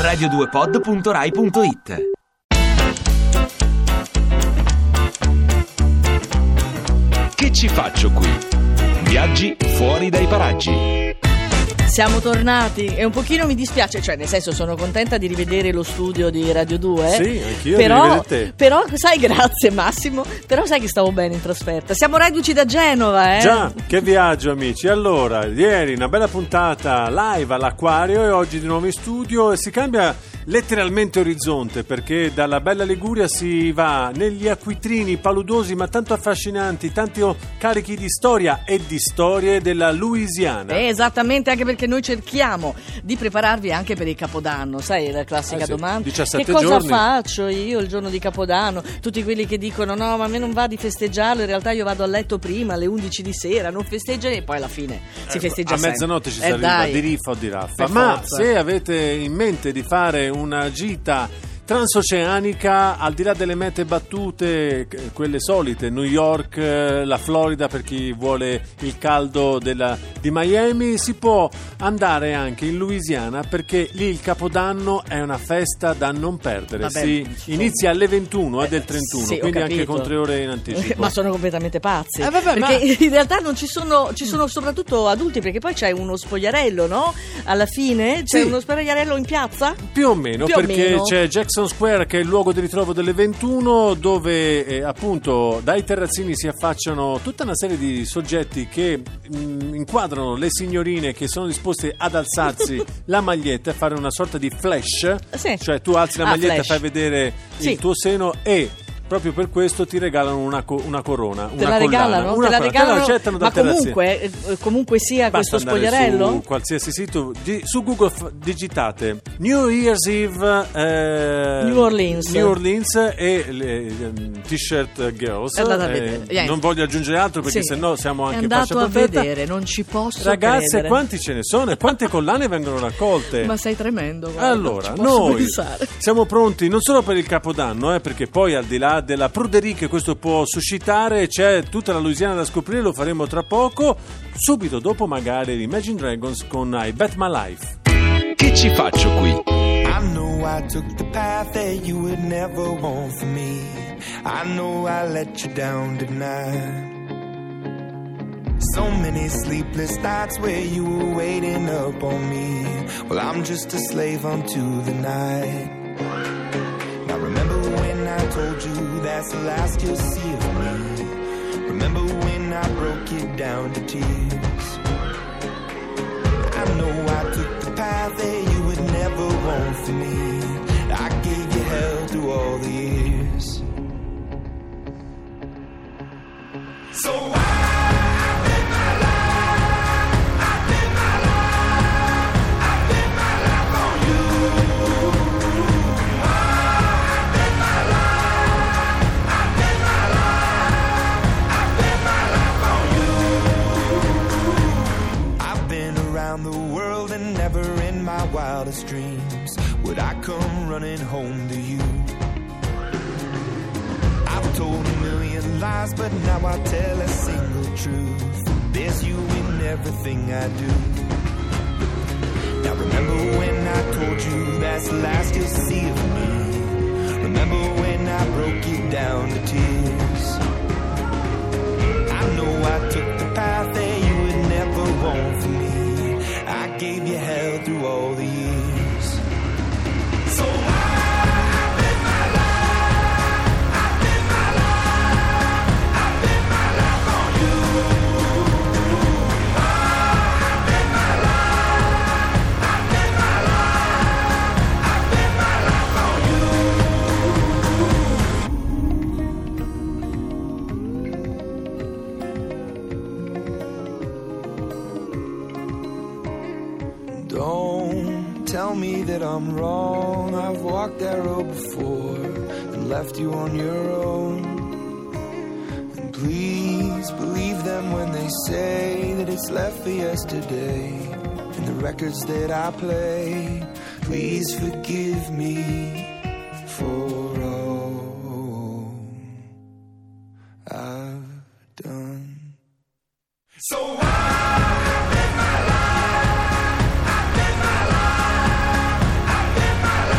radio2pod.rai.it. Che ci faccio qui? Viaggi fuori dai paraggi. Siamo tornati e un pochino mi dispiace, cioè nel senso sono contenta di rivedere lo studio di Radio 2. Sì, anch'io di rivedere te. Però sai, grazie Massimo, però sai che stavo bene in trasferta. Siamo reduci da Genova, Già, che viaggio amici. Allora, ieri una bella puntata live all'Acquario e oggi di nuovo in studio e si cambia letteralmente orizzonte, perché dalla bella Liguria si va negli acquitrini paludosi ma tanto affascinanti, tanti carichi di storia e di storie della Louisiana. Esattamente, anche perché noi cerchiamo di prepararvi anche per il Capodanno, sai, la classica domanda: 17 che cosa giorni. faccio io il giorno di Capodanno? Tutti quelli che dicono no, ma a me non va di festeggiarlo, in realtà io vado a letto prima alle 11 di sera, non festeggiano, e poi alla fine si festeggia a sempre. mezzanotte ci sarà di riffa o di raffa. Per Ma forza. se avete in mente di fare una gita transoceanica, al di là delle mete battute, quelle solite, New York, la Florida per chi vuole il caldo di Miami, si può andare anche in Louisiana, perché lì il Capodanno è una festa da non perdere. Vabbè, si inizia alle 21 e del 31, sì, quindi ho anche capito. con 3 ore in anticipo. Ma sono completamente pazzi, Vabbè, perché in realtà non ci sono soprattutto adulti, perché poi c'è uno spogliarello, no? Alla fine c'è Sì. uno spogliarello in piazza? Più o meno, Più o perché meno. c'è Jackson Square, che è il luogo di ritrovo delle 21, dove appunto dai terrazzini si affacciano tutta una serie di soggetti che inquadrano le signorine che sono disposte ad alzarsi la maglietta e fare una sorta di flash, Sì. cioè tu alzi la maglietta, flash. fai vedere Sì. il tuo seno e proprio per questo ti regalano una corona, Te una la collana, regalano? una Te la collana, regalano? te la accettano dal Ma terrazzino. comunque sia Basta questo andare spogliarello? su qualsiasi sito, su Google digitate New Year's Eve New Orleans e le T-shirt girls. Andate a vedere. Non voglio aggiungere altro perché Sì. sennò siamo anche È in andato fascia a perfetta. vedere, non ci posso Ragazze, credere. quanti ce ne sono e quante collane vengono raccolte? Ma sei tremendo, guarda, Allora, non ci posso noi pensare. siamo pronti non solo per il Capodanno, perché poi al di là della pruderia che questo può suscitare, c'è tutta la Louisiana da scoprire, lo faremo tra poco, subito dopo magari l'Imagine Dragons con I Bet My Life. Che ci faccio qui? I know I took the path that you would never want for me. I know I let you down tonight. So many sleepless nights where you were waiting up on me. Well, I'm just a slave unto the night. Now remember when I told you that's the last you'll see of me. Remember when I broke it down to tears. I know I took the path that you would never want for me. I gave you hell through all the years. So I live my life, I live my life, I live my life on you. I live my life, I live my life, I live my life on you. I've been around the world and never in my wildest dreams would I come running home to you. I've told a million lies, but now I tell a single truth. There's you in everything I do. Now remember when I told you that's the last you'll see of me. Remember when I broke you down to tears. I know I took the path that you would never want for me. I gave you hell through all the years. So I live my life, I live my life, I live my life on you. I live my life, I live my life, I live my life on you. Don't tell me that I'm wrong. I've walked that road before and left you on your own. And please believe them when they say that it's left for yesterday. And the records that I play, please forgive me for all I've done. So I live my life, I live my life, I live my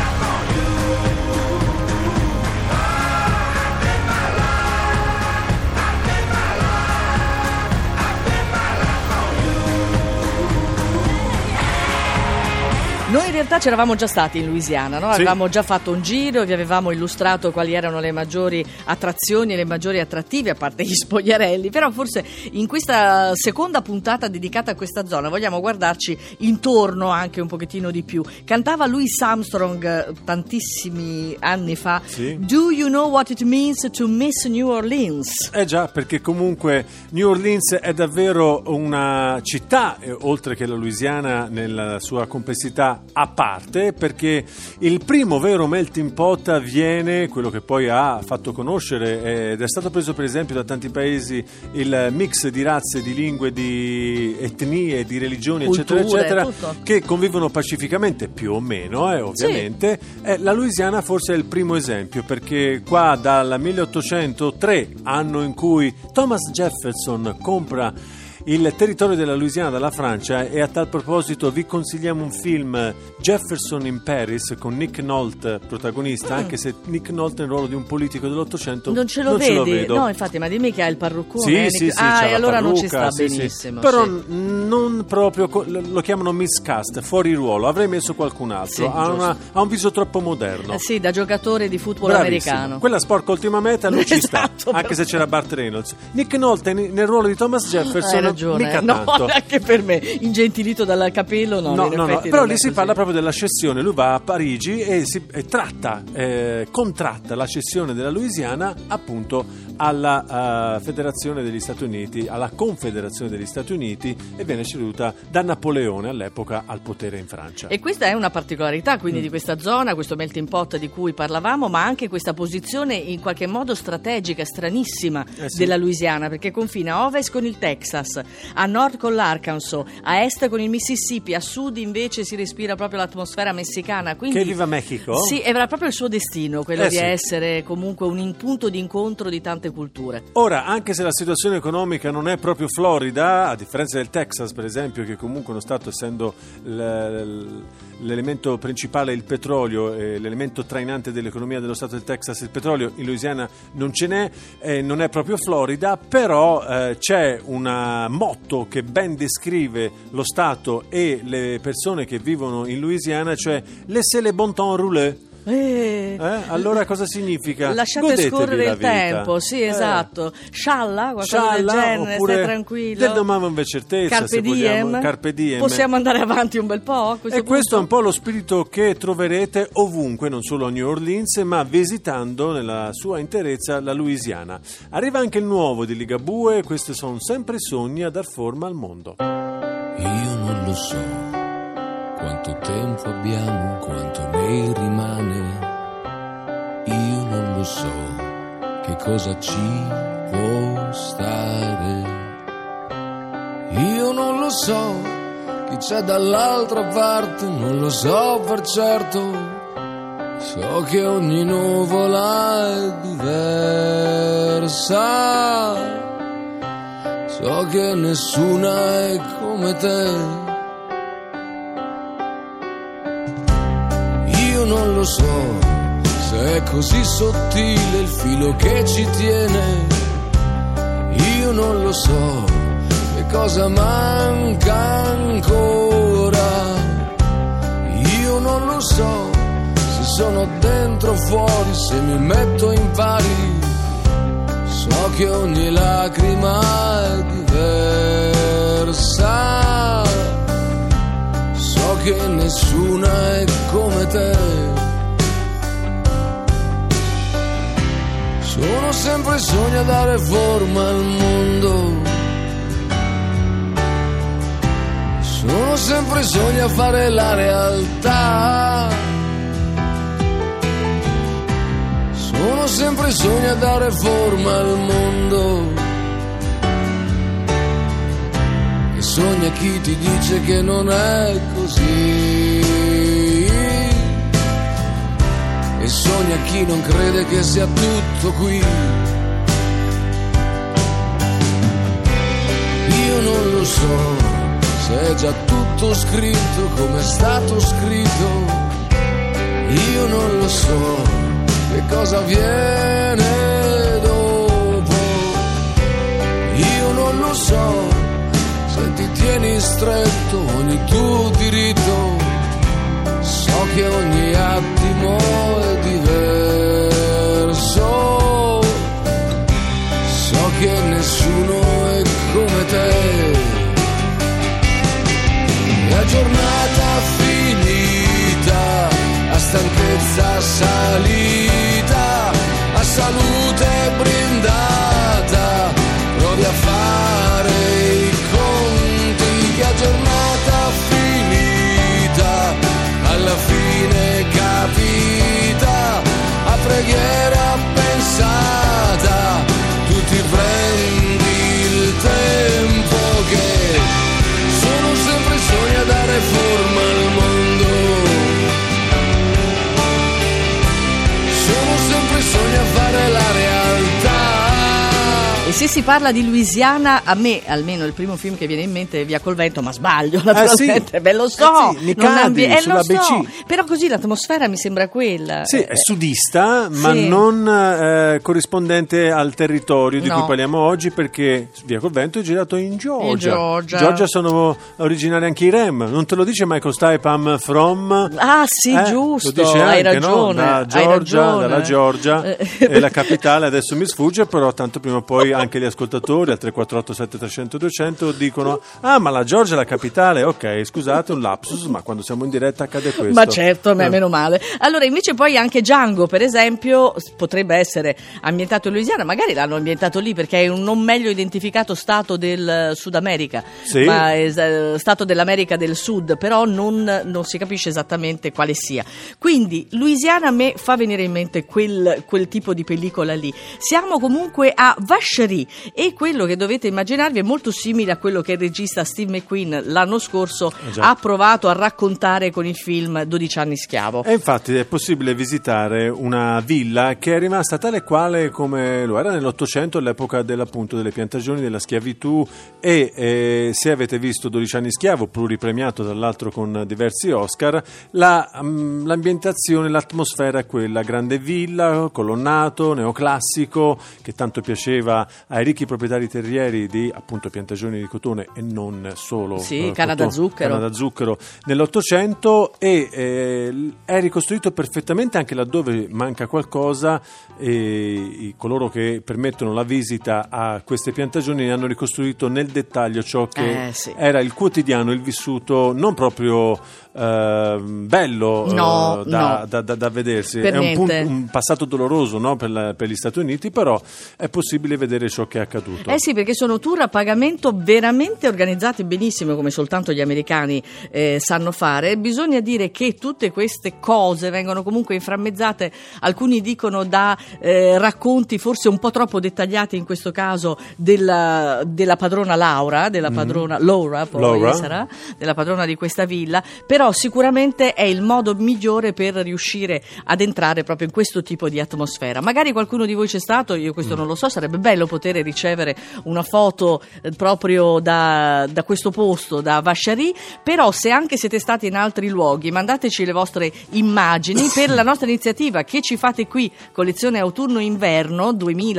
realtà c'eravamo già stati in Louisiana, no? Sì. Avevamo già fatto un giro, vi avevamo illustrato quali erano le maggiori attrazioni e le maggiori attrattive, a parte gli spogliarelli, però forse in questa seconda puntata dedicata a questa zona vogliamo guardarci intorno anche un pochettino di più. Cantava Louis Armstrong tantissimi anni fa, sì. Do you know what it means to miss New Orleans? Già, perché comunque New Orleans è davvero una città, oltre che la Louisiana nella sua complessità a parte, perché il primo vero melting pot avviene, quello che poi ha fatto conoscere ed è stato preso per esempio da tanti paesi, il mix di razze, di lingue, di etnie, di religioni, culture, eccetera eccetera, tutto. che convivono pacificamente più o meno, ovviamente. Sì. La Louisiana forse è il primo esempio, perché qua dal 1803, anno in cui Thomas Jefferson compra il territorio della Louisiana dalla Francia, e a tal proposito vi consigliamo un film, Jefferson in Paris, con Nick Nolte protagonista, anche se Nick Nolte nel ruolo di un politico dell'Ottocento non ce lo vedo. No, infatti, ma dimmi che ha il parruccone. Sì, e allora non ci sta benissimo. Però non proprio, lo chiamano miscast, fuori ruolo, avrei messo qualcun altro. Sì, ha un viso troppo moderno. Sì, da giocatore di football bravissimo. Americano. Quella sporca ultima meta lui ci Esatto, sta, anche se c'era Burt Reynolds. Nick Nolte nel ruolo di Thomas Jefferson, hai ragione, mica no, tanto. Anche per me, ingentilito dal capello, no, però lì si parla proprio della cessione. Lui va a Parigi e contratta la cessione della Louisiana appunto alla Federazione degli Stati Uniti, alla Confederazione degli Stati Uniti, e viene ceduta da Napoleone, all'epoca al potere in Francia. E questa è una particolarità quindi di questa zona, questo melting pot di cui parlavamo, ma anche questa posizione in qualche modo strategica, stranissima, sì. della Louisiana, perché confina a ovest con il Texas, a nord con l'Arkansas, a est con il Mississippi, a sud invece si respira proprio l'atmosfera messicana. Quindi, che viva Mexico? Sì, era proprio il suo destino, quello di sì. essere comunque un punto di incontro di tante culture. Ora, anche se la situazione economica non è proprio florida, a differenza del Texas per esempio, che comunque è uno stato, essendo l'elemento principale il petrolio, l'elemento trainante dell'economia dello stato del Texas il petrolio, in Louisiana non ce n'è, non è proprio florida, però c'è un motto che ben descrive lo stato e le persone che vivono in Louisiana, cioè laissez le bon temps rouler. Allora cosa significa? Lasciate Godetevi scorrere la il vita. tempo, sì, esatto. Scialla, qualcosa del genere, oppure stai tranquillo. del domani invece certezza, Carpe se vogliamo. diem. Carpe diem. Possiamo andare avanti un bel po' a questo E questo è un punto? po' lo spirito che troverete ovunque, non solo a New Orleans, ma visitando nella sua interezza la Louisiana. Arriva anche il nuovo di Ligabue, questi sono sempre sogni a dar forma al mondo. Io non lo so quanto tempo abbiamo, quanto ne rimane. Io non lo so che cosa ci può stare. Io non lo so chi c'è dall'altra parte, non lo so per certo. So che ogni nuvola è diversa. So che nessuna è come te. Io non lo so se è così sottile il filo che ci tiene. Io non lo so che cosa manca ancora. Io non lo so se sono dentro o fuori, se mi metto in pari. So che ogni lacrima è diversa. So che nessuna è come te. Sono sempre sogni a dare forma al mondo. Sono sempre sogni a fare la realtà. Sono sempre sogni a dare forma al mondo. E sogna chi ti dice che non è così. E sogna chi non crede che sia tutto qui. Io non lo so se è già tutto scritto come è stato scritto. Io non lo so che cosa viene dopo. Io non lo so se ti tieni stretto ogni tuo diritto. so che ogni attimo è diverso, so che nessuno è come te. La giornata finita, a stanchezza salita, a salute brindata, provi a fare i conti. La giornata finita, alla fine capita, a preghiera pensata, tu ti prendi il tempo che sono sempre sogni a dare forma al mondo, sono sempre sogni a fare la realtà. E se si parla di Louisiana, a me almeno il primo film che viene in mente è Via col vento, ma sbaglio naturalmente, sì. Beh, lo so, sì, Nicadi, lo sull'ABC. so, però così l'atmosfera mi sembra quella. Sì, è sudista, ma sì. non corrispondente al territorio di No. cui parliamo oggi, perché Via col vento è girato in Georgia. In Georgia. Georgia sono originari anche i Rem. Non te lo dice Michael Stipe, I'm from? Ah sì, giusto, lo dice hai anche, no? ragione, Da Georgia, hai ragione. dalla Georgia, è la capitale, adesso mi sfugge, però tanto prima o poi anche gli ascoltatori al 348 7300 200 dicono: ah, ma la Georgia è la capitale. Ok, scusate, un lapsus, ma quando siamo in diretta accade questo. Ma certo, meno male. Allora, invece poi anche Django, per esempio, potrebbe essere ambientato in Louisiana, magari l'hanno ambientato lì perché è un non meglio identificato stato del Sud America, Sì. ma è stato dell'America del Sud, però non si capisce esattamente quale sia. Quindi Louisiana a me fa venire in mente quel tipo di pellicola lì. Siamo comunque a Vacherie e quello che dovete immaginarvi è molto simile a quello che il regista Steve McQueen l'anno scorso già. ha provato a raccontare con il film 12 anni schiavo. E infatti è possibile visitare una villa che è rimasta tale quale come lo era nell'Ottocento, all'epoca appunto delle piantagioni, della schiavitù, e se avete visto 12 anni schiavo, pluripremiato tra l'altro con diversi Oscar, l'ambientazione, l'atmosfera è quella, grande villa, colonnato, neoclassico, che tanto piaceva ai ricchi proprietari terrieri di appunto piantagioni di cotone e non solo. Sì, canna da zucchero nell'Ottocento, e è ricostruito perfettamente anche laddove manca qualcosa, e coloro che permettono la visita a queste piantagioni hanno ricostruito nel dettaglio ciò che sì. era il quotidiano, il vissuto non proprio bello da vedersi. Per è niente. un passato doloroso, no, per gli Stati Uniti, però è possibile vedere ciò che è accaduto. Eh sì, perché sono tour a pagamento veramente organizzati benissimo, come soltanto gli americani sanno fare. Bisogna dire che tutte queste cose vengono comunque inframmezzate, alcuni dicono da racconti forse un po' troppo dettagliati in questo caso della padrona Laura, della padrona Laura sarà, della padrona di questa villa, però sicuramente è il modo migliore per riuscire ad entrare proprio in questo tipo di atmosfera. Magari qualcuno di voi c'è stato, io questo non lo so, sarebbe bello poter ricevere una foto proprio da questo posto, da Vacherie, però se anche siete stati in altri luoghi mandateci le vostre immagini per la nostra iniziativa Che ci fate qui, collezione autunno-inverno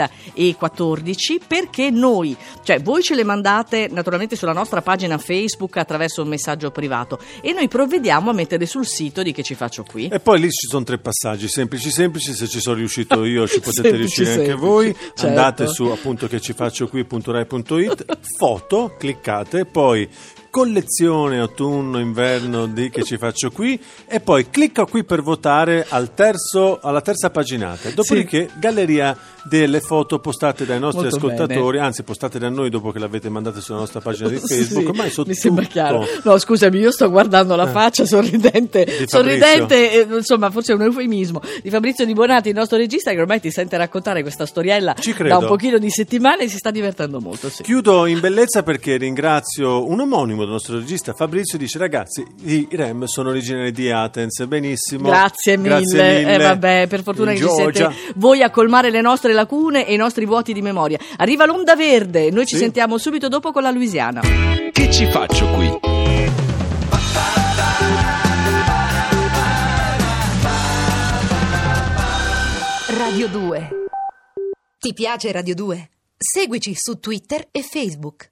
2014, perché noi, cioè voi ce le mandate naturalmente sulla nostra pagina Facebook attraverso un messaggio privato e noi provvediamo a mettere sul sito di Che ci faccio qui. E poi lì ci sono 3 passaggi semplici, se ci sono riuscito io ci potete Semplici, riuscire anche semplici, voi. certo. Andate su appunto che ci faccio qui.rai.it, foto, cliccate, poi collezione autunno-inverno di Che ci faccio qui, e poi clicca qui per votare alla terza paginata. Dopodiché galleria delle foto postate dai nostri Molto ascoltatori, bene. Anzi postate da noi dopo che l'avete mandate sulla nostra pagina di Facebook. Sì, Ormai su mi sembra tutto. chiaro. No, scusami, io sto guardando la faccia sorridente, insomma, forse è un eufemismo, di Fabrizio Di Bonatti, il nostro regista, che ormai ti sente raccontare questa storiella Ci credo. da un pochino di settimane e si sta divertendo molto. Sì. Chiudo in bellezza perché ringrazio un omonimo del nostro regista Fabrizio, dice: ragazzi, i Rem sono originari di Athens. Benissimo, Grazie mille. Vabbè, per fortuna In che ci Georgia. siete voi a colmare le nostre lacune e i nostri vuoti di memoria. Arriva l'onda verde, noi ci sentiamo subito dopo con la Louisiana. Che ci faccio qui? Radio 2. Ti piace Radio 2? Seguici su Twitter e Facebook.